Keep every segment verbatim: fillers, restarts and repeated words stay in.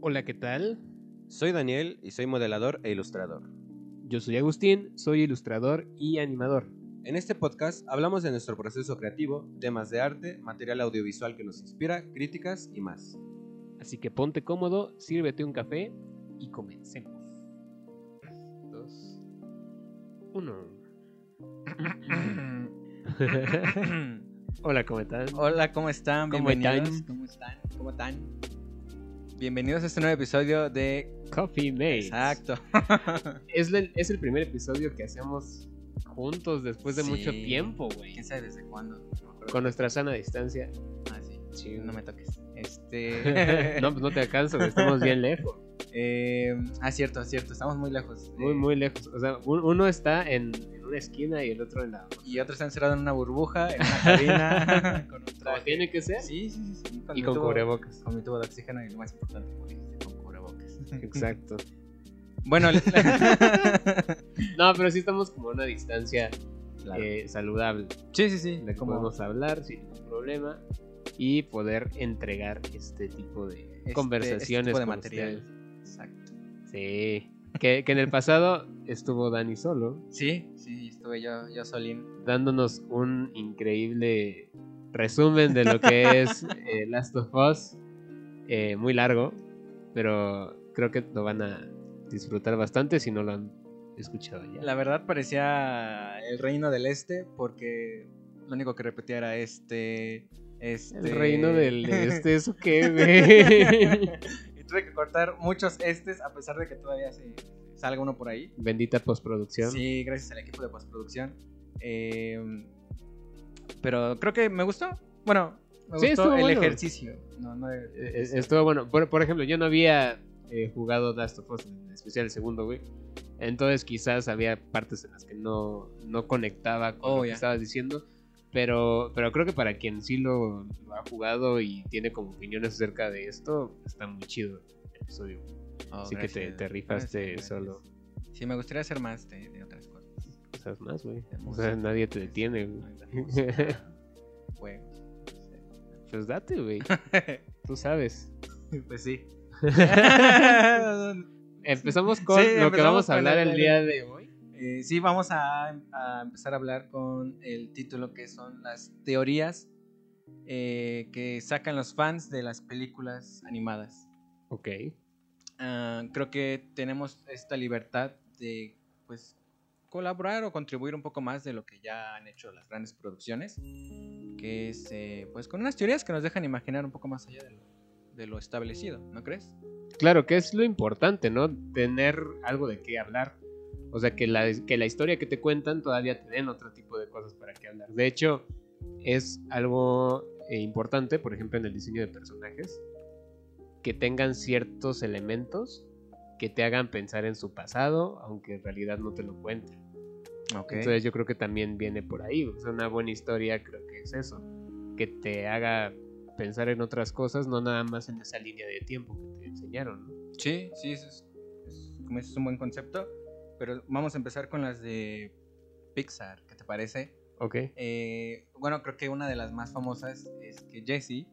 Hola, ¿qué tal? Soy Daniel y soy modelador e ilustrador. Yo soy Agustín, soy ilustrador y animador. En este podcast hablamos de nuestro proceso creativo, temas de arte, material audiovisual que nos inspira, críticas y más. Así que ponte cómodo, sírvete un café y comencemos. Dos, uno. Hola, ¿cómo están? Hola, ¿cómo están? ¿Cómo Bienvenidos. están? ¿Cómo están? ¿Cómo están? Bienvenidos a este nuevo episodio de Coffee Mates. Exacto. Es el, es el primer episodio que hacemos juntos después de Sí. mucho tiempo, güey. ¿Quién sabe desde cuándo? No me acuerdo. Con nuestra sana distancia. Ah, sí. Sí. No me toques. Este. No, pues no te alcanzo, güey, estamos bien lejos. eh... Ah, cierto, cierto. Estamos muy lejos. Muy, Eh, muy lejos. O sea, un- uno está en, en una esquina y el otro en la otra. Y otro está encerrado en una burbuja, en una cabina, con un Como traje. tiene que ser. Sí, sí, sí. sí. Y mi con tubo- cubrebocas. Con mi tubo de oxígeno y lo más importante, como dijiste, con cubrebocas. Exacto. Bueno, No, pero sí estamos como a una distancia claro. eh, saludable. Sí, sí, sí. En la que como podemos hablar sin ningún problema y poder entregar este tipo de este- conversaciones este tipo de con material. ustedes. Exacto. Sí. Que, que en el pasado estuvo Dani solo, Sí, sí, estuve yo, yo solín. dándonos un increíble resumen de lo que es eh, Last of Us. Eh, muy largo, pero creo que lo van a disfrutar bastante si no lo han escuchado ya. La verdad parecía el reino del este porque lo único que repetía era este, este... El reino del este, ¿eso qué, güey? Y tuve que cortar muchos estes a pesar de que todavía se salga uno por ahí. Bendita postproducción. Sí, gracias al equipo de postproducción. Eh, pero creo que me gustó. Bueno, me Sí, gustó estuvo el bueno. ejercicio. No, no, Eh, eh, Estuvo bueno. Por, por ejemplo, yo no había eh, jugado Last of Us, en especial el segundo, güey. Entonces quizás había partes en las que no, no conectaba con Oh, lo que ya. estabas diciendo. Pero, pero creo que para quien sí lo, lo ha jugado y tiene como opiniones acerca de esto, está muy chido el episodio. Oh, Así que gracias. te, te rifaste Gracias, solo. gracias. Sí, me gustaría hacer más de, de otras cosas. Cosas más, güey. De O sea, música, nadie te de- detiene, de güey. música, juegos. Pues date, güey. Tú sabes. Pues sí. Empezamos con Sí, lo que empezamos vamos a con hablar el- el día de hoy. Eh, sí, vamos a, a empezar a hablar con el título que son las teorías eh, que sacan los fans de las películas animadas. Ok. Ah, creo que tenemos esta libertad de pues colaborar o contribuir un poco más de lo que ya han hecho las grandes producciones, que es eh, pues con unas teorías que nos dejan imaginar un poco más allá de lo, de lo establecido, ¿no crees? Claro, que es lo importante, ¿no? Tener algo de qué hablar. O sea, que la, que la historia que te cuentan todavía te den otro tipo de cosas para qué hablar. De hecho, es algo eh, importante, por ejemplo, en el diseño de personajes, que tengan ciertos elementos que te hagan pensar en su pasado, aunque en realidad no te lo cuenten. Okay. Entonces yo creo que también viene por ahí. O sea, una buena historia creo que es eso, que te haga pensar en otras cosas, no nada más en esa línea de tiempo que te enseñaron, ¿no? Sí, sí, eso es, es- como dices, es un buen concepto. Pero vamos a empezar con las de Pixar, ¿qué te parece? Ok. Eh, bueno, creo que una de las más famosas es que Jessie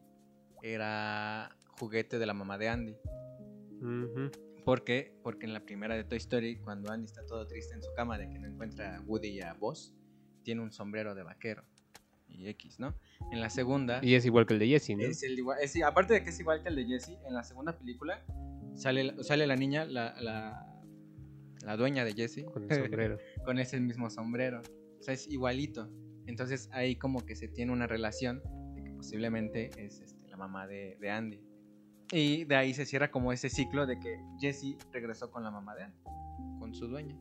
era juguete de la mamá de Andy. Ujú. ¿Por qué? Porque en la primera de Toy Story, cuando Andy está todo triste en su cama de que no encuentra a Woody y a Buzz, tiene un sombrero de vaquero y X, ¿no? En la segunda... Y es igual que el de Jessie, ¿no? Es el igual, es- sí, aparte de que es igual que el de Jessie, en la segunda película sale, la- sale la niña, la, la, la dueña de Jessie, Con el sombrero. con ese mismo sombrero. O sea, es igualito. Entonces ahí como que se tiene una relación de que posiblemente es este, la mamá de, de Andy. Y de ahí se cierra como ese ciclo de que Jessie regresó con la mamá de Andy, con su dueña.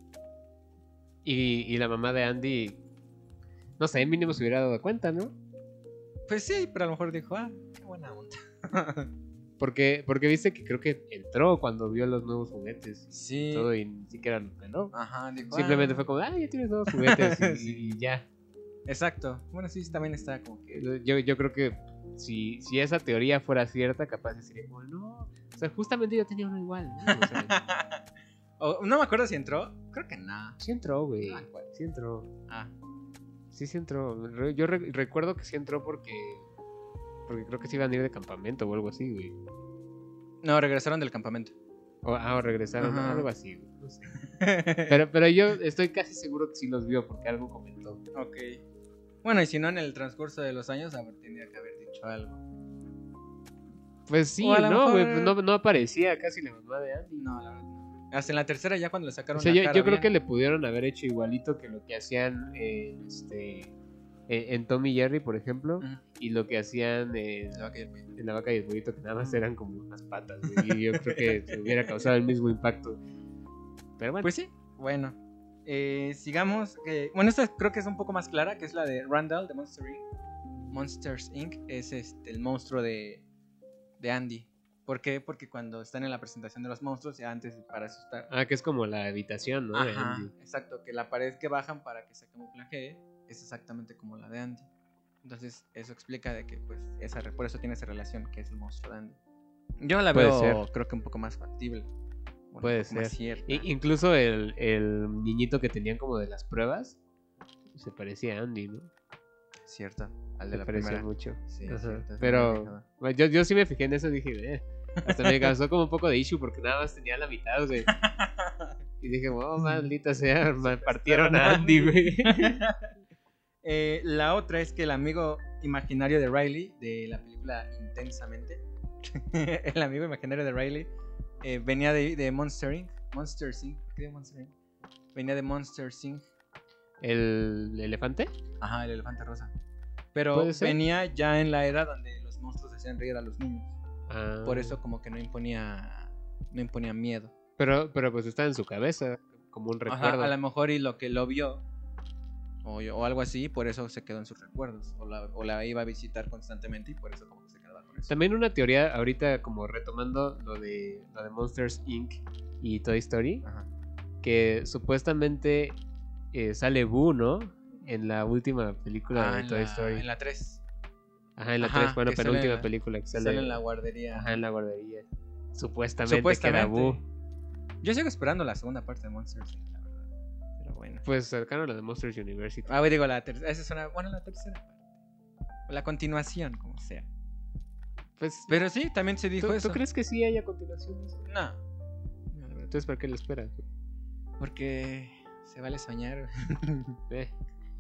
Y, y la mamá de Andy, no sé, mínimo se hubiera dado cuenta, ¿no? Pues sí, pero a lo mejor dijo, ah, qué buena onda. Porque, porque viste que creo que entró cuando vio los nuevos juguetes. Sí. Todo y ni siquiera lo peló. Ajá, dijo, Simplemente ah. fue como, ah, ya tienes nuevos juguetes y, Sí. y ya. Exacto. Bueno, sí, también está como que... Yo, yo creo que si, si esa teoría fuera cierta, capaz sería como, no, o sea, justamente yo tenía uno igual, ¿no? O sea, O- no me acuerdo si entró. Creo que no. sí entró, güey. No me acuerdo. Sí entró. Ah, Sí, sí entró. Re- Yo re- recuerdo que sí entró porque. Porque creo que se iban a ir de campamento o algo así, güey. No, regresaron del campamento. O, ah, o regresaron, Ajá. algo así, güey, no sé. Pero, pero yo estoy casi seguro que sí los vio porque algo comentó. Ok. Bueno, y si no, en el transcurso de los años, a ver, tendría que haber dicho algo. Pues sí, O a lo no, mejor- güey, pues no, no aparecía casi la mamá de Andy. No, la verdad no. Hasta en la tercera, ya cuando le O sacaron sea, la yo, cara yo creo bien. que le pudieron haber hecho igualito que lo que hacían en, este, en, en Tom y Jerry, por ejemplo, Ujú. y lo que hacían en, Se va a caer bien. en La Vaca y el Pollito, que nada más eran como unas patas, güey, y yo creo que se hubiera causado el mismo impacto. Pero bueno, Pues sí, bueno. Eh, sigamos. eh, bueno, esta creo que es un poco más clara, que es la de Randall, de Monster incorporated. Monsters incorporated. Es este, el monstruo de, de Andy. ¿Por qué? Porque cuando están en la presentación de los monstruos, ya antes para asustar. ah, que es como la habitación, ¿no? De Ajá, Andy. exacto, que la pared que bajan para que se camuflajee es exactamente como la de Andy. Entonces, eso explica de que pues esa re- por eso tiene esa relación que es el monstruo de Andy. Yo la Puede veo, ser. creo que un poco más factible. Bueno, Puede un poco más ser. cierta. I- incluso el, el niñito que tenían como de las pruebas se parecía a Andy, ¿no? Cierta, al Se de la parecía primera. mucho. Sí, Ajá. cierto, sí, Pero me he fijado. bueno, yo, yo sí me fijé en eso y dije, eh. Hasta me causó como un poco de issue porque nada más tenía la mitad, güey. Y dije, oh, maldita sea, me partieron a Andy, güey. Eh, la otra es que el amigo imaginario de Riley, de la película Intensamente, el amigo imaginario de Riley, eh, venía de, de Monster incorporated. Monster incorporated. ¿Por qué de Monster incorporated? Venía de Monster incorporated. ¿El elefante? Ajá, el elefante rosa. Pero ¿Puede ser? venía ya en la era donde los monstruos hacían reír a los niños. Ah. Por eso como que no imponía, no imponía miedo. Pero, pero pues está en su cabeza, como un Ajá, recuerdo. a lo mejor y lo que lo vio o, o algo así, por eso se quedó en sus recuerdos. O la, o la iba a visitar constantemente y por eso como que se quedaba con eso. También una teoría, ahorita como retomando lo de, lo de Monsters incorporated y Toy Story, Ajá. que supuestamente eh, sale Boo, ¿no? En la última película Ah, de en, Toy la, Story. en la tres. Ajá, en la Ajá, tres, bueno, que sale penúltima en la- película que sale, Sale en la guardería. ajá, en la guardería. Supuestamente, Supuestamente. que era Boo. Yo sigo esperando la segunda parte de Monsters, la verdad. Pero bueno. Pues cercano a la de Monsters University. Ah, digo, la tercera. Esa es una. Bueno, la tercera parte. O la continuación, como sea. Pues, Pero sí, también se dijo ¿tú, eso. ¿tú crees que sí haya continuación de eso? No. Entonces, ¿para qué lo esperas? Porque se vale soñar. Eh,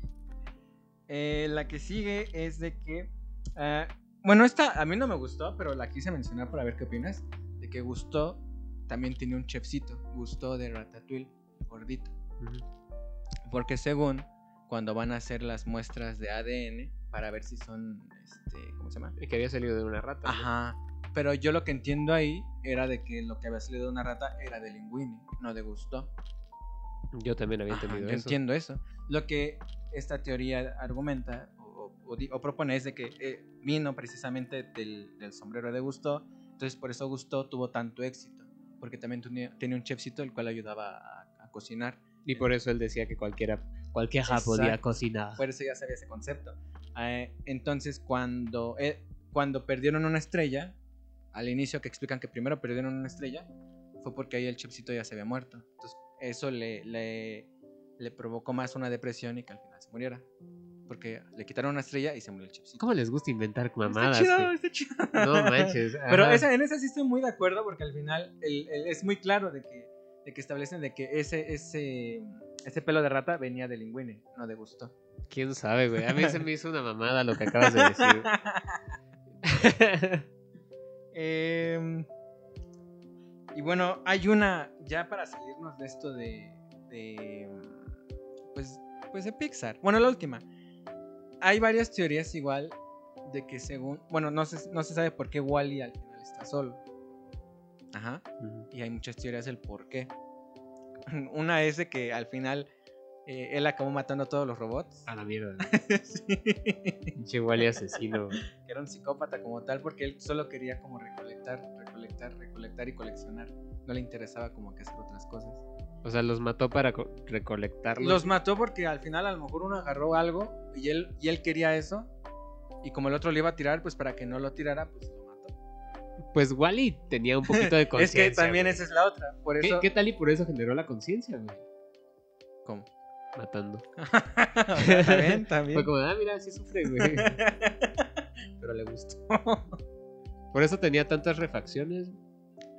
Eh, la que sigue es de que. ah, bueno, esta a mí no me gustó, pero la quise mencionar para ver qué opinas. De que Gusteau también tiene un chefcito. Gusteau de Ratatouille, el gordito. ujú. Porque según cuando van a hacer las muestras de A D N para ver si son. Este, ¿Cómo se llama? Y que había salido de una rata. ¿no? Ajá. Pero yo lo que entiendo ahí era de que lo que había salido de una rata era de Linguini, no de Gusteau. Yo también había Ajá, entendido yo eso. entiendo eso. Lo que esta teoría argumenta o, o di- o propone es de que eh, vino precisamente del, del sombrero de Gusteau. Entonces por eso Gusteau tuvo tanto éxito. Porque también tenía, tenía un chefcito el cual ayudaba a, a cocinar. Y por eso él decía que cualquiera, cualquiera podía Exacto. cocinar. Por eso ya sabía ese concepto. Eh, entonces cuando, eh, cuando perdieron una estrella, al inicio que explican que primero perdieron una estrella, fue porque ahí el chefcito ya se había muerto. Entonces eso le, le, le provocó más una depresión y que al final se muriera. Porque le quitaron una estrella y se murió el chefcito. ¿Cómo les gusta inventar mamadas? Está chido, güey? está chido. No manches. Pero ajá. esa, en esa sí estoy muy de acuerdo porque al final el- el- es muy claro de que, de que establecen de que ese, ese, ese pelo de rata venía de Linguini, no de Gusteau. ¿Quién sabe, güey? A mí se me hizo una mamada lo que acabas de decir. Em, y bueno, hay una, ya para salirnos de esto de, de pues, pues de Pixar. Bueno, la última. Hay varias teorías igual de que según, bueno, no se, no se sabe por qué Wall-E al final está solo. Ajá. Ujú. Y hay muchas teorías del por qué. Una es de que al final eh, él acabó matando a todos los robots. A la mierda. Sí. Pinche Wally asesino. Que era un psicópata como tal porque él solo quería como recolectar, recolectar, recolectar y coleccionar. No le interesaba como que hacer otras cosas. O sea, los mató para co- recolectarlos. Los mató porque al final a lo mejor uno agarró algo y él, y él quería eso. Y como el otro le iba a tirar, pues para que no lo tirara, pues lo mató. Pues Wally tenía un poquito de Es conciencia. que también güey. esa es la otra. Por ¿Qué, eso... qué tal y por eso generó la conciencia, güey? ¿Cómo? Matando. O sea, también, también. Fue como, ah, mira, sí sufre, güey. Pero le gustó. Por eso tenía tantas refacciones.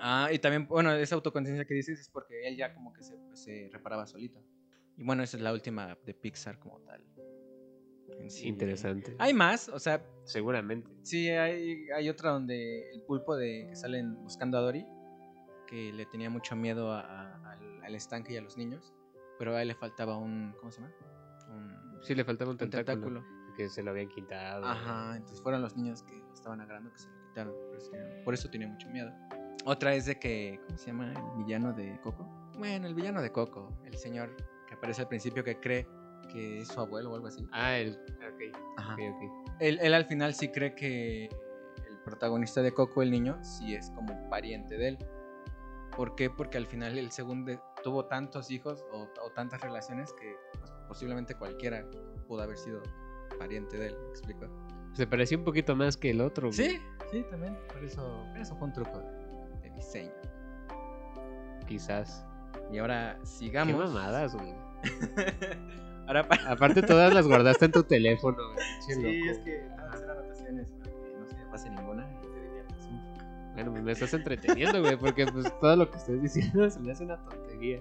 Ah, y también, bueno, esa autoconciencia que dices es porque él ya como que se, se reparaba solito. Y bueno, esa es la última de Pixar como tal. En sí. Interesante. Hay más, o sea, Seguramente. sí, hay, hay otra donde el pulpo de que salen buscando a Dory, que le tenía mucho miedo a- a- al, al estanque y a los niños, pero a él le faltaba un, ¿cómo se llama? Un, Sí, le faltaba un un tentáculo. tentáculo. Que se lo habían quitado. Ajá, entonces fueron los niños que lo estaban agarrando que se lo quitaron. Por eso, tenía, por eso tenía mucho miedo. Otra es de que, ¿cómo se llama el villano de Coco? Bueno, el villano de Coco, el señor que aparece al principio que cree que es su abuelo o algo así. Ah, el. Ok. Ajá. Ok, ok. Él, él al final sí cree que el protagonista de Coco, el niño, sí es como pariente de él. ¿Por qué? Porque al final el segundo tuvo tantos hijos o, o tantas relaciones que pues, posiblemente cualquiera pudo haber sido pariente de él, ¿me explico? Se parecía un poquito más que el otro. güey. Sí, sí, también. Por eso, eso fue un truco de, de diseño. Quizás. Y ahora Qué sigamos. mamadas, güey. Ahora pa- Aparte, todas las guardaste en tu teléfono, güey. Pinche Sí, loco. es que todas eran anotaciones para que no se me pase ninguna y te diviertas un poco. Bueno, pues me estás entreteniendo, güey, porque pues todo lo que estás diciendo se me hace una tontería.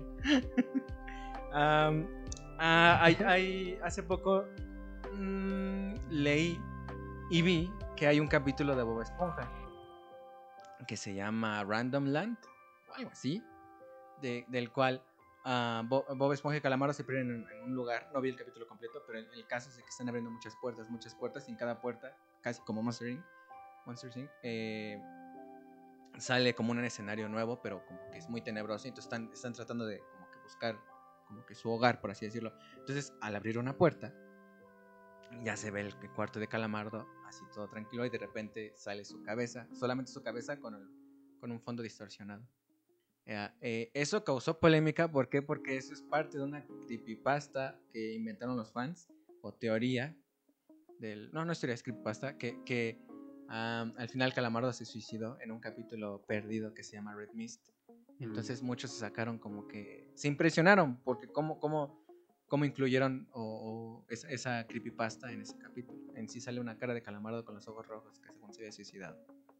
Am, ah, hay, hay- hace poco mm, leí y vi que hay un capítulo de Bob Esponja que se llama Random Land o algo así, de- del cual ah, Bo- Bob Esponja y Calamaro se pierden en, en un lugar. No vi el capítulo completo, pero el, el caso es de que están abriendo muchas puertas, muchas puertas, y en cada puerta, casi como Monster inc, Monster inc, eh, sale como un escenario nuevo, pero como que es muy tenebroso, y entonces están, están tratando de como que buscar como que su hogar, por así decirlo. Entonces, al abrir una puerta, ya se ve el cuarto de Calamardo, así todo tranquilo, y de repente sale su cabeza, solamente su cabeza con, el, con un fondo distorsionado. Eh, eh, eso causó polémica, ¿por qué? Porque eso es parte de una creepypasta que inventaron los fans, o teoría, del, no, no es teoría, es creepypasta, que, que um, al final Calamardo se suicidó en un capítulo perdido que se llama Red Mist. Entonces muchos se sacaron como que... Se impresionaron porque cómo, cómo, cómo incluyeron o, o esa, esa creepypasta en ese capítulo. En sí sale una cara de Calamardo con los ojos rojos que según se había suicidado.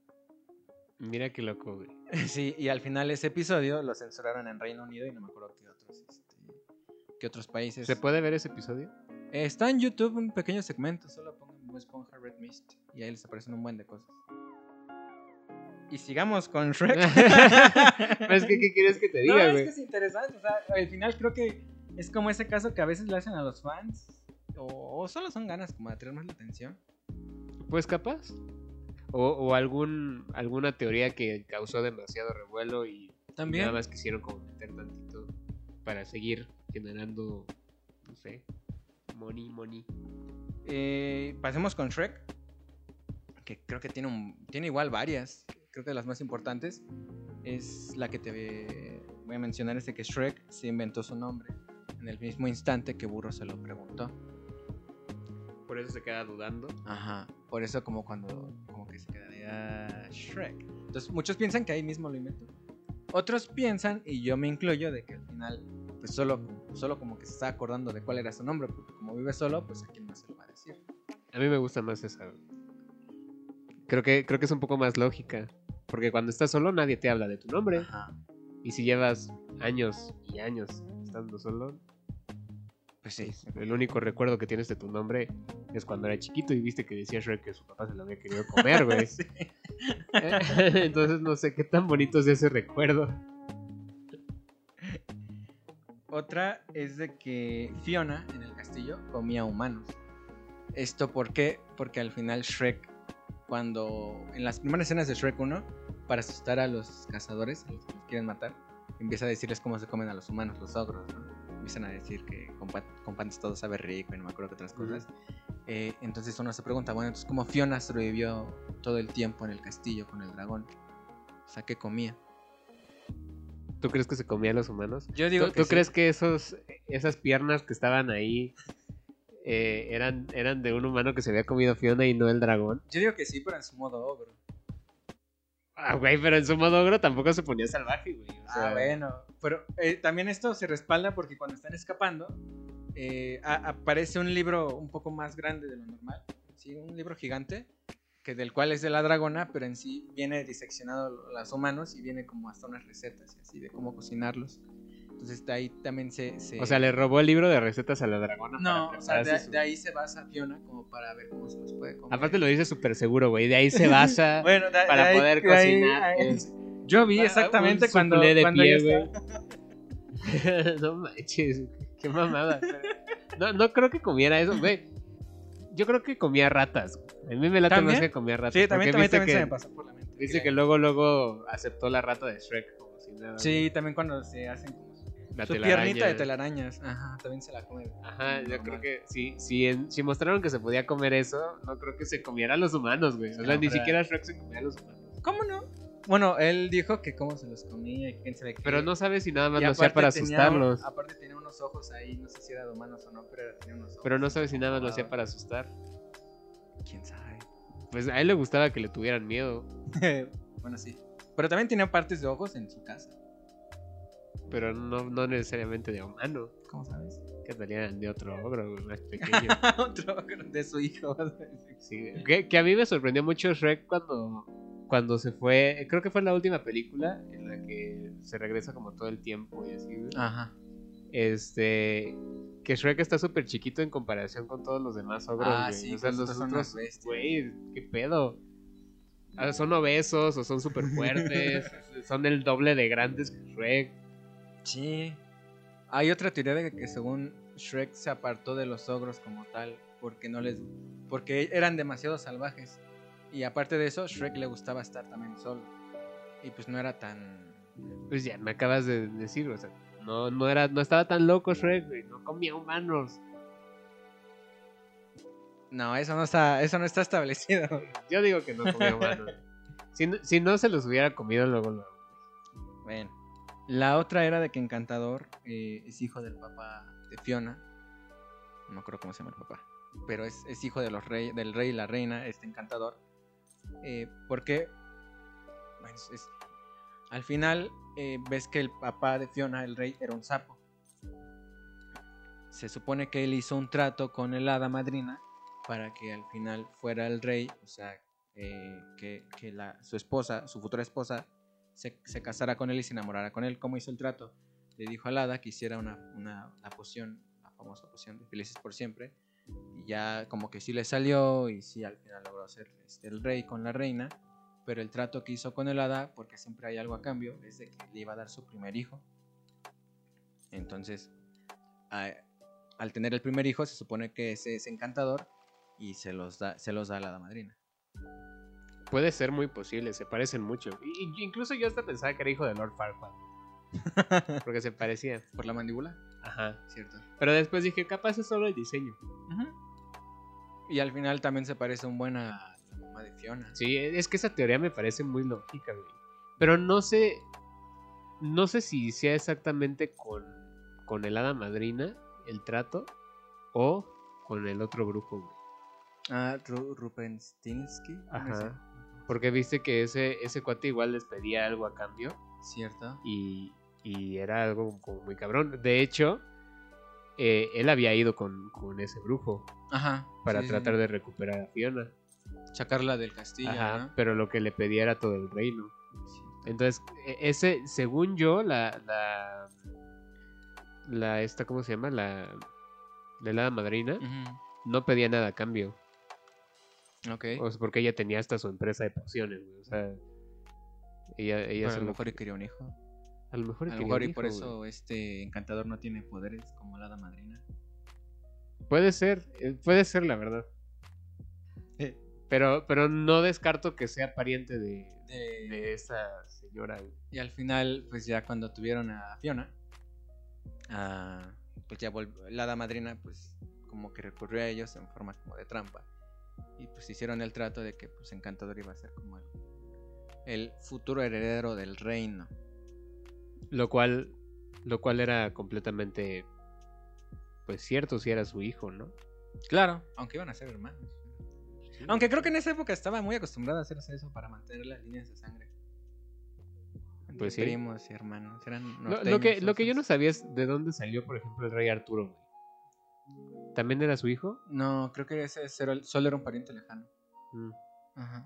Mira qué loco, güey. Sí, y al final ese episodio lo censuraron en Reino Unido y no me acuerdo qué otros, este, qué otros países. ¿Se puede ver ese episodio? Eh, está en YouTube un pequeño segmento, solo pongan Bob Esponja Red Mist y ahí les aparecen un buen de cosas. Y sigamos con Shrek. Pero es que, ¿qué quieres que te No, diga, es güey? que es interesante, o sea, al final creo que es como ese caso que a veces le hacen a los fans o, o solo son ganas como de atraer más la atención. Pues capaz. O, o algún alguna teoría que causó demasiado revuelo y También. nada más quisieron como meter tantito para seguir generando, no sé, money, money. Eh, pasemos con Shrek, que creo que tiene, un, tiene igual varias. Creo que las más importantes es la que te voy a mencionar, es de que Shrek se inventó su nombre en el mismo instante que Burro se lo preguntó. Por eso se queda dudando. Ajá, por eso como cuando como que se quedaría Shrek. Entonces muchos piensan que ahí mismo lo inventó. Otros piensan, y yo me incluyo, de que al final pues solo, solo como que se está acordando de cuál era su nombre, porque como vive solo, pues a quién más se lo va a decir. A mí me gusta más esa. Creo que, creo que es un poco más lógica. Porque cuando estás solo nadie te habla de tu nombre. Ajá. Y si llevas años y años estando solo, Pues sí. el único recuerdo que tienes de tu nombre es cuando era chiquito y viste que decía Shrek que su papá se lo había querido comer, güey. Sí. Entonces no sé qué tan bonito es ese recuerdo. Otra es de que Fiona en el castillo comía humanos. ¿Esto por qué? Porque al final Shrek, cuando en las primeras escenas de Shrek uno, para asustar a los cazadores, a los que los quieren matar, empieza a decirles cómo se comen a los humanos, los ogros, ¿no? Empiezan a decir que con, pa- con panes todo sabe rico y no me acuerdo qué otras cosas. Eh, entonces uno se pregunta, bueno, entonces ¿cómo Fiona sobrevivió todo el tiempo en el castillo con el dragón? O sea, ¿qué comía? ¿Tú crees que se comía a los humanos? Yo digo ¿Tú, que tú sí. crees que esos, esas piernas que estaban ahí eh, eran, eran de un humano que se había comido Fiona y no el dragón? Yo digo que sí, pero en su modo ogro. Ah, güey, pero en su modo ogro tampoco se ponía salvaje, güey. O sea, Ah, bueno. Pero eh, también esto se respalda porque cuando están escapando, eh, a- aparece un libro un poco más grande de lo normal. Sí, un libro gigante que del cual es de la dragona, pero en sí viene diseccionado a los humanos y viene como hasta unas recetas y así de cómo cocinarlos. Entonces de ahí también se... se... O sea, le robó el libro de recetas a la dragona. No, para o sea, de, prepararse su- de ahí se basa Fiona como para ver cómo se los puede comer. Aparte lo dice súper seguro, güey. De ahí se basa Bueno, de- para de ahí- poder de ahí- cocinar. ahí- es- Yo vi Ah, exactamente un cuando, soufflé de cuando pie, ya güey. está- No manches, qué mamada. No, no creo que comiera eso, güey. Yo creo que comía ratas. A mí me late ¿También? más que comía ratas. Sí, también, porque también, viste también se que- me pasó por la mente. Dice Mira. que luego, luego aceptó la rata de Shrek como si nada. Sí, también cuando se hacen como su, La su telaraña. piernita de telarañas. Ajá, también se la come. Ajá, yo Normal. creo que sí, sí, en- si mostraron que se podía comer eso, no creo que se comiera a los humanos, güey. O sea, No, ni pero- siquiera Shrek se comía a los humanos. ¿Cómo no? Bueno, él dijo que cómo se los comía y quién sabe qué. Pero no sabes si nada más Y lo hacía aparte para tenía asustarlos. un- aparte tenía unos ojos ahí, no sé si era de humanos o no, pero era- tenía unos ojos. Pero no sabes si nada más lo hacía Ah, para asustar. ¿Quién sabe? Pues a él le gustaba que le tuvieran miedo. Bueno, sí. Pero también tenía partes de ojos en su casa. Pero no, no necesariamente de humano. ¿Cómo sabes? Que salían de otro ogro, güey, más pequeño. Otro de su hijo. Sí, que, que a mí me sorprendió mucho Shrek cuando, cuando se fue. Creo que fue la última película en la que se regresa como todo el tiempo y así, güey. Ajá. Este. Que Shrek está súper chiquito en comparación con todos los demás ogros, Ah, güey. sí, O sea, pues los estos son otros, unas bestias. güey, qué pedo. Ah, son obesos o son súper fuertes. Son el doble de grandes que Shrek. Sí. Hay otra teoría de que según Shrek se apartó de los ogros como tal porque no les porque eran demasiado salvajes y aparte de eso Shrek le gustaba estar también solo y pues no era tan Pues ya, me acabas de decir, o sea, no, no, era, no estaba tan loco Shrek, güey. No comía humanos. no, eso no está eso no está establecido. Yo digo que no comía humanos. Si no, si no se los hubiera comido, luego lo. Bueno, la otra era de que Encantador eh, es hijo del papá de Fiona. No me acuerdo cómo se llama el papá. Pero es, es hijo de los rey, del rey y la reina, este Encantador. Eh, porque, bueno, es- es- al final eh, ves que el papá de Fiona, el rey, era un sapo. Se supone que él hizo un trato con el hada madrina para que al final fuera el rey, o sea, eh, que, que la, su esposa, su futura esposa, se, se casara con él y se enamorara con él. ¿Cómo hizo el trato? Le dijo al hada que hiciera una, una la poción, la famosa poción de felices por siempre. Y ya como que sí le salió y sí al final logró ser este, el rey con la reina. Pero el trato que hizo con el hada, porque siempre hay algo a cambio, es de que le iba a dar su primer hijo. Entonces, a- al tener el primer hijo, se supone que ese es encantador y se los da, se los da a la hada madrina. Puede ser muy posible, se parecen mucho. Y, y incluso yo hasta pensaba que era hijo de Lord Farquaad. Porque se parecían. ¿Por la mandíbula? Ajá. Cierto. Pero después dije, capaz es solo el diseño. Y al final también se parece un buen a la mamá de Fiona. Sí, es que esa teoría me parece muy lógica, güey. Pero no sé. No sé si sea exactamente con, con el hada madrina el trato o con el otro brujo, güey. Ah, Ru Rupenstinsky. Ajá. Porque viste que ese, ese cuate igual les pedía algo a cambio. Cierto. Y, y era algo como muy cabrón. De hecho, eh, él había ido con, con ese brujo Ajá. para sí, sí, tratar sí. de recuperar a Fiona. Sacarla del castillo, Ajá, ¿no? pero lo que le pedía era todo el reino. Entonces, e- ese, según yo, la, la, la, esta, ¿cómo se llama? La, la hada madrina, Ujú. no pedía nada a cambio. Ok. O sea, porque ella tenía hasta su empresa de pociones, güey. O sea, ella, ella Pero a se lo lo- mejor y quería un hijo. a lo mejor A lo quería mejor un y por hijo, eso güey. este encantador no tiene poderes como la hada madrina. Puede ser, eh, puede ser la verdad. Pero, pero no descarto que sea pariente de, De- de esa señora, güey. Y al final, pues ya cuando tuvieron a Fiona, ah, pues ya volvió, la hada madrina, pues como que recurrió a ellos en forma como de trampa. Y pues hicieron el trato de que pues Encantador iba a ser como el, el futuro heredero del reino. Lo cual, lo cual era completamente, pues cierto, si era su hijo, ¿no? Claro, aunque iban a ser hermanos. Aunque creo que en esa época estaba muy acostumbrada a hacerse eso para mantener las líneas de sangre. Entre Pues sí. primos y hermanos. Eran Lo, lo que, norteños, lo que yo no esos. sabía es de dónde salió, por ejemplo, el rey Arturo, güey. ¿También era su hijo? No, creo que ese era- solo era un pariente lejano. Mm. Ajá.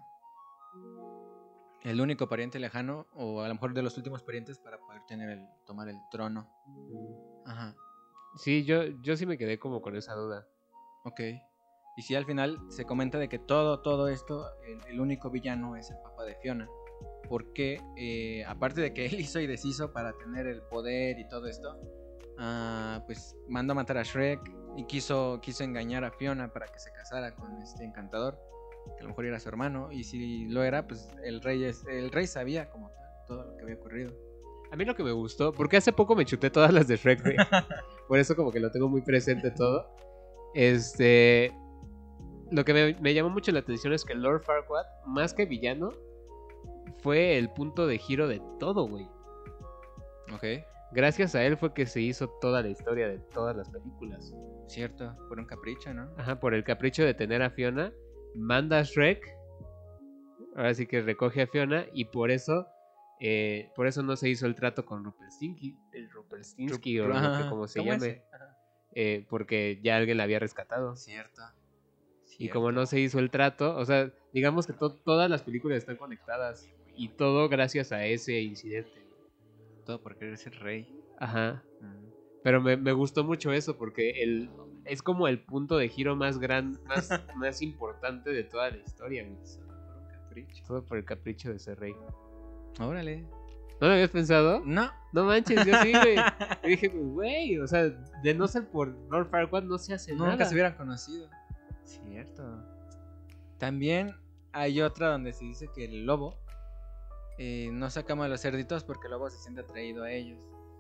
El único pariente lejano, o a lo mejor de los últimos parientes para poder tener el, tomar el trono. Ajá. Sí, yo, yo sí me quedé como con esa duda. Ok. Y si al final se comenta de que todo, todo esto, el, el único villano es el papá de Fiona. Porque, eh, aparte de que él hizo y deshizo para tener el poder y todo esto, uh, pues mandó a matar a Shrek y quiso, quiso engañar a Fiona para que se casara con este encantador, que a lo mejor era su hermano. Y si lo era, pues el rey, es, el rey sabía como tal todo lo que había ocurrido. A mí lo que me gustó, porque hace poco me chuté todas las de Shrek, güey. Por eso como que lo tengo muy presente todo. Este... Lo que me, me llamó mucho la atención es que Lord Farquaad, más que villano, fue el punto de giro de todo, güey. Ok. Gracias a él fue que se hizo toda la historia de todas las películas. Cierto, por un capricho, ¿no? Ajá, por el capricho de tener a Fiona, manda a Shrek, ahora sí que recoge a Fiona, y por eso, eh, por eso no se hizo el trato con Rumpelstiltskin, el Rumpelstiltskin o Ajá, lo que como se ¿cómo llame, eh, porque ya alguien la había rescatado. Cierto. Y como no se hizo el trato, o sea, digamos que to- todas las películas están conectadas. Y todo gracias a ese incidente. Todo por querer ser rey. Ajá. Mm. Pero me, me gustó mucho eso porque el, es como el punto de giro más grande, más, más importante de toda la historia, güey. Solo por un capricho. Todo por el capricho de ser rey. Órale. ¿No lo habías pensado? No. No manches, yo sí, güey. Yo dije, güey, o sea, de no ser por Lord Farquaad no se hace Nunca nada. se hubieran conocido. Cierto. También hay otra donde se dice que el lobo eh, no saca a los cerditos porque el lobo se siente atraído a ellos.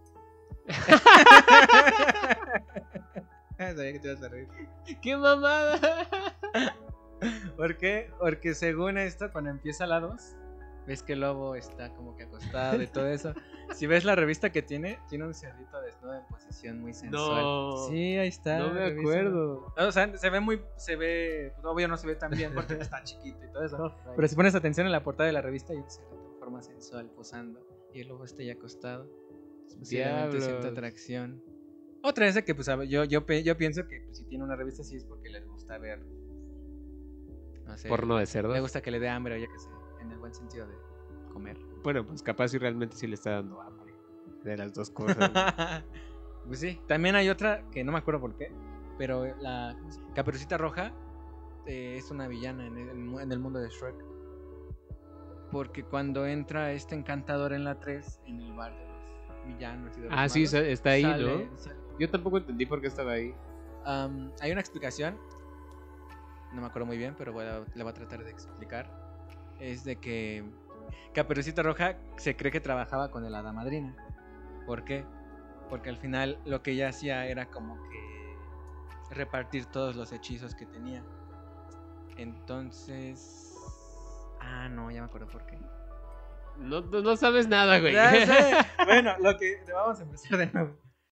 Sabía que te ibas a reír. ¡Qué mamada! ¿Por qué? Porque según esto, cuando empieza la dos, ves que el lobo está como que acostado y todo eso. Si ves la revista que tiene, tiene un cerdito desnudo en posición muy sensual. No. Sí, ahí está. No me revísalo. acuerdo. O sea, se ve muy, se ve, pues, obvio no se ve tan bien porque está chiquito y todo eso. Pero si pones atención en la portada de la revista hay un cerdito en forma sensual posando y el lobo está ahí acostado. Posiblemente siente Diablos. atracción. Otra es de que pues a ver, yo, yo, pe- yo pienso que pues, si tiene una revista así es porque les gusta ver, no sé, Porno de cerdos. le gusta que le dé hambre o yo qué sé, en el buen sentido de comer. Bueno, pues capaz si realmente sí le está dando hambre. De las dos cosas. Pues sí, también hay otra que no me acuerdo por qué, pero la ¿cómo se llama? Caperucita Roja eh, es una villana en el, en el mundo de Shrek. Porque cuando entra este encantador en la tres, en el bar de los villanos y de los Ah, sí, malos, sa- está ahí, sale- ¿no? sale- Yo tampoco entendí por qué estaba ahí. Um, hay una explicación, no me acuerdo muy bien, pero voy a, la voy a tratar de explicar. Es de que Caperucita Roja se cree que trabajaba con el Hada Madrina. ¿Por qué? Porque al final lo que ella hacía era como que repartir todos los hechizos que tenía. Entonces... Ah, no, ya me acuerdo por qué. No, no, no sabes nada, güey. Ya sé. Bueno, lo que... Vamos a empezar de nuevo.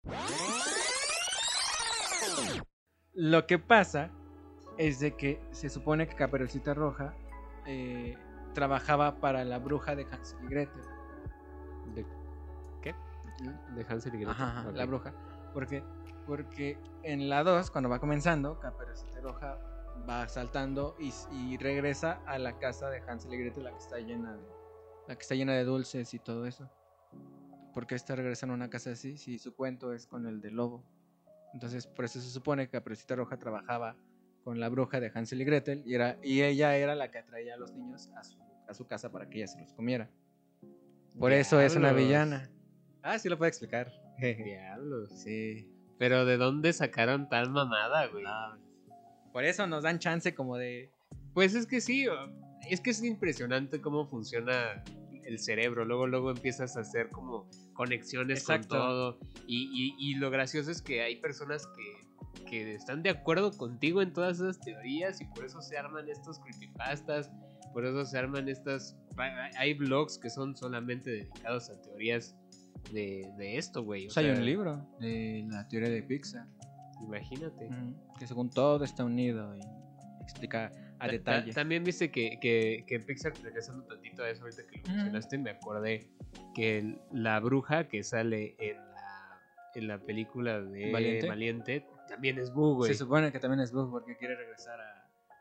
Lo que pasa es de que se supone que Caperucita Roja eh, trabajaba para la bruja de Hansel y Gretel. ¿De qué? De Hansel y Gretel. Ajá, ajá, Ok. la bruja. ¿Por qué? Porque en la dos, cuando va comenzando, Caperucita Roja va saltando y, y regresa a la casa de Hansel y Gretel, la que está llena de, la que está llena de dulces y todo eso. ¿Por qué está regresando a una casa así si su cuento es con el del lobo? Entonces, por eso se supone que Caperucita Roja trabajaba con la bruja de Hansel y Gretel y, era, y ella era la que atraía a los niños a su, a su casa para que ella se los comiera. Por eso es una Diablos. villana. Ah, sí lo puedo explicar. Diablos. Sí. Pero ¿de dónde sacaron tal mamada, güey? No. Por eso nos dan chance como de... Pues es que sí, o- es que es impresionante cómo funciona el cerebro. Luego, luego empiezas a hacer como conexiones Exacto. con todo. Y, y- y lo gracioso es que hay personas que, que están de acuerdo contigo en todas esas teorías y por eso se arman estos creepypastas, por eso se arman estas... Hay blogs que son solamente dedicados a teorías de, de esto, güey. O sea, hay un libro de la teoría de Pixar. Imagínate. Ujú, que según todo está unido y explica a Ta- detalle. ta- También viste que, que, que en Pixar, regresando tantito a eso, ahorita que lo Ujú. mencionaste, me acordé que el- la bruja que sale en la, en la película de Valiente. Valiente, también es Boo, güey. Se supone que también es Boo porque quiere regresar a...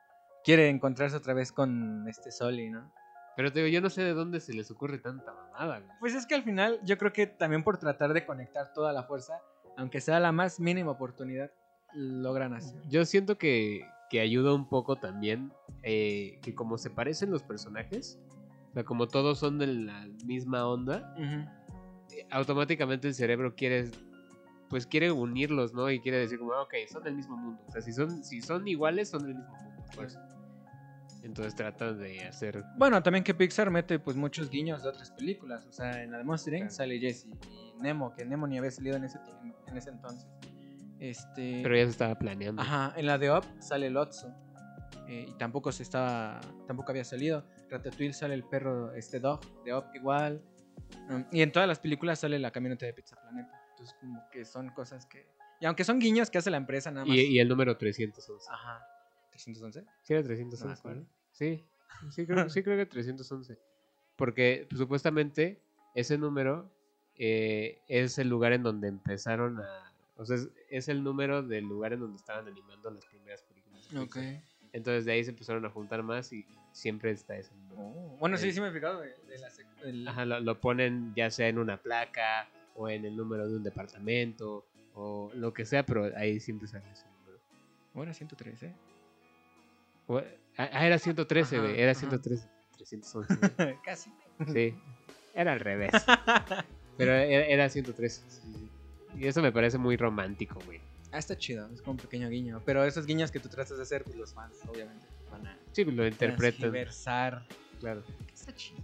quiere encontrarse otra vez con este Sully, ¿no? Pero te digo, yo no sé de dónde se les ocurre tanta mamada, güey. Pues es que al final yo creo que también por tratar de conectar toda la fuerza, aunque sea la más mínima oportunidad, logran hacer. Yo siento que, que ayuda un poco también eh, que como se parecen los personajes, o sea, como todos son de la misma onda, Uh-huh. eh, automáticamente el cerebro quiere, pues quiere unirlos, ¿no? Y quiere decir como, ah, ok, son del mismo mundo. O sea, si son, si son iguales, son del mismo mundo. Pues. Entonces tratan de hacer... Bueno, también que Pixar mete pues muchos guiños de otras películas. O sea, en la de Monster incorporated Claro. sale Jessie y Nemo, que Nemo ni había salido en ese, en, en ese entonces. Este... Pero ya se estaba planeando. Ajá, en la de Up sale Lotso. Eh, y tampoco se estaba. Tampoco había salido. Ratatouille sale el perro, este Dog, de Up igual. Um, y en todas las películas sale la camioneta de Pizza Planeta. Entonces, como que son cosas que. Y aunque son guiños que hace la empresa nada más. Y, y el número trescientos once. Ajá. ¿trescientos once? ¿Sí era trescientos once? No me acuerdo. ¿no? Sí, sí creo, sí creo que trescientos once. Porque pues, supuestamente ese número eh, es el lugar en donde empezaron a... O sea, es, es el número del lugar en donde estaban animando las primeras películas. de Ok. Pixar. Entonces de ahí se empezaron a juntar más y siempre está ese número. Oh, Bueno, sí, sí me he fijado de, de la sec- del- Ajá, lo, lo ponen ya sea en una placa o en el número de un departamento o lo que sea, pero ahí siempre sale ese número. Bueno, ciento trece. O- Ah, era ciento trece, Ajá, güey, era ajá. ciento trece. trescientos once. güey. Casi. Sí, era al revés. Pero era, era ciento trece. sí, sí. Y eso me parece muy romántico, güey. Ah, está chido, es como un pequeño guiño. Pero esos guiños que tú tratas de hacer, pues los fans, obviamente, van a Sí, lo interpretan. versar. Claro. Está chido.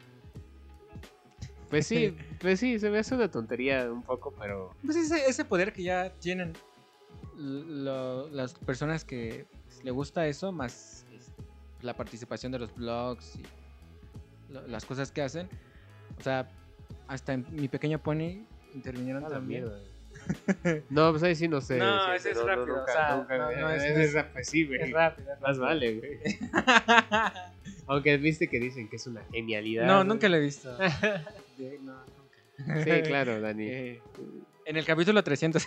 Pues sí, pues sí, se me hace una tontería un poco, pero Pues ese, ese poder que ya tienen lo- las personas que pues, le gusta eso, más es, la participación de los blogs y lo- las cosas que hacen. O sea, hasta en Mi Pequeño Pony intervinieron a la también. mierda. No, pues ahí sí no sé. No, decirte, ese es no, no, rápido, nunca- o sea, nunca- no, no, es- ese es- es rápido, pues sí, güey. Es rápido. es Más rápido. vale, güey. Aunque viste que dicen que es una genialidad. No, güey. nunca lo he visto. De- no, nunca. Sí, claro, Dani. Eh, en el capítulo trescientos.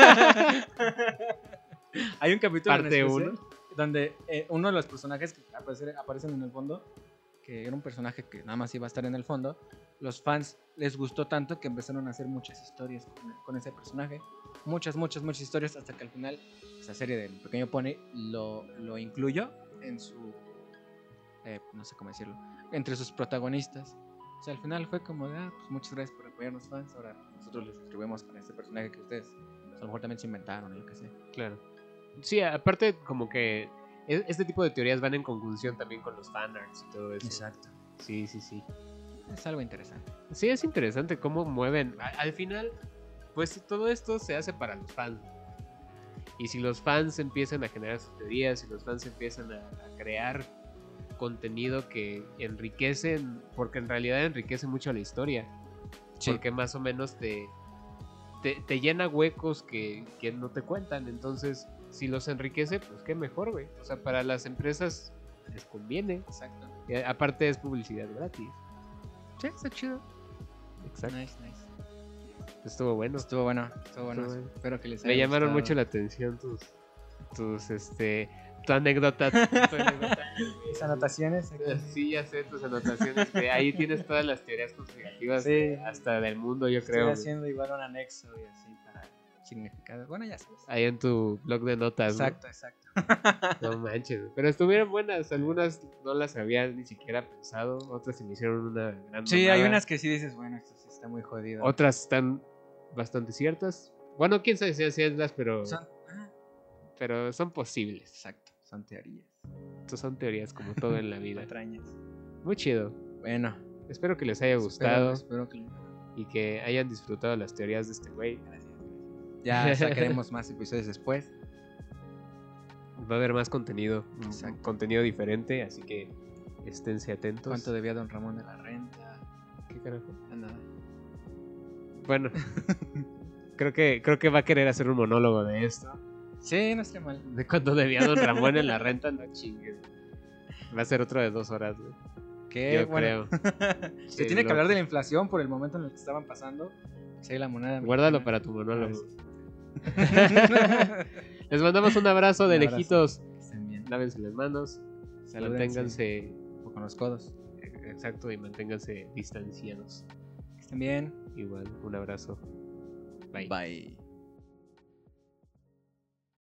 Hay un capítulo en Parte especial uno. donde eh, uno de los personajes que aparece- aparecen en el fondo, que era un personaje que nada más iba a estar en el fondo, los fans les gustó tanto que empezaron a hacer muchas historias con, con ese personaje. Muchas, muchas, muchas historias hasta que al final esa serie del Pequeño Pony lo, lo incluyó en su... eh, no sé cómo decirlo. Entre sus protagonistas. O sea, al final fue como de, ah, pues muchas gracias por apoyarnos fans. Ahora nosotros les distribuimos con este personaje que ustedes a lo mejor también se inventaron, o yo qué sé. Claro. Sí, aparte como que e- este tipo de teorías van en conjunción también con los fanarts y todo eso. Exacto. Sí, sí, sí. Es algo interesante. Sí, es interesante cómo mueven. A- al final, pues todo esto se hace para los fans. Y si los fans empiezan a generar sus teorías, si los fans empiezan a, a crear contenido que enriquecen, porque en realidad enriquece mucho la historia. Sí. Porque más o menos te, te, te llena huecos que, que no te cuentan. Entonces, si los enriquece, pues qué mejor, güey. O sea, para las empresas les conviene. Exacto. Y a- aparte es publicidad gratis. Sí, está chido. Exacto. Nice, nice. Estuvo bueno. Estuvo bueno, estuvo bueno. Estuvo bueno. Espero que les haya Me llamaron gustado. mucho la atención tus, tus, este, tu anécdota. tu anécdota. Mis anotaciones. aquí. Sí, ya sé tus anotaciones. Que ahí tienes todas las teorías conspirativas Sí. hasta del mundo, yo Estoy creo. haciendo igual un anexo y así para significado. Bueno, ya sabes. Ahí en tu blog de notas. ¿no? Exacto, exacto. No manches, pero estuvieron buenas. Algunas no las había ni siquiera pensado. Otras se me hicieron una gran Sí, hay mamada. unas que sí dices, bueno, esto sí está muy jodido. Otras están bastante ciertas. Bueno, quién sabe si sean ciertas, pero Son, ah, pero son posibles. exacto, son teorías. Estas son teorías como todo en la vida. Patrañas. Muy chido. Bueno, Espero que les haya gustado Espero, espero que lo- y que hayan disfrutado las teorías de este güey. Gracias. Ya sacaremos más episodios después. Va a haber más contenido, un- un Exacto. contenido diferente, así que esténse atentos. ¿Cuánto debía don Ramón de la renta? ¿Qué carajo? Ah, nada. Bueno, creo que creo que va a querer hacer un monólogo de esto. Sí, no está mal. De cuando debía don Ramón en la renta, no chingues. Va a ser otro de dos horas, güey. ¿Qué? Yo Bueno, creo. se Sí, tiene que loco. hablar de la inflación por el momento en el que estaban pasando. Sí, la moneda. Guárdalo mexicana. para tu monólogo. Ah, Les mandamos un abrazo de Un abrazo. lejitos. Que estén bien. Lávense las manos. Salúdense. Manténganse, O con los codos. eh, exacto, y manténganse distanciados. Que estén bien. Igual, un abrazo. Bye. Bye.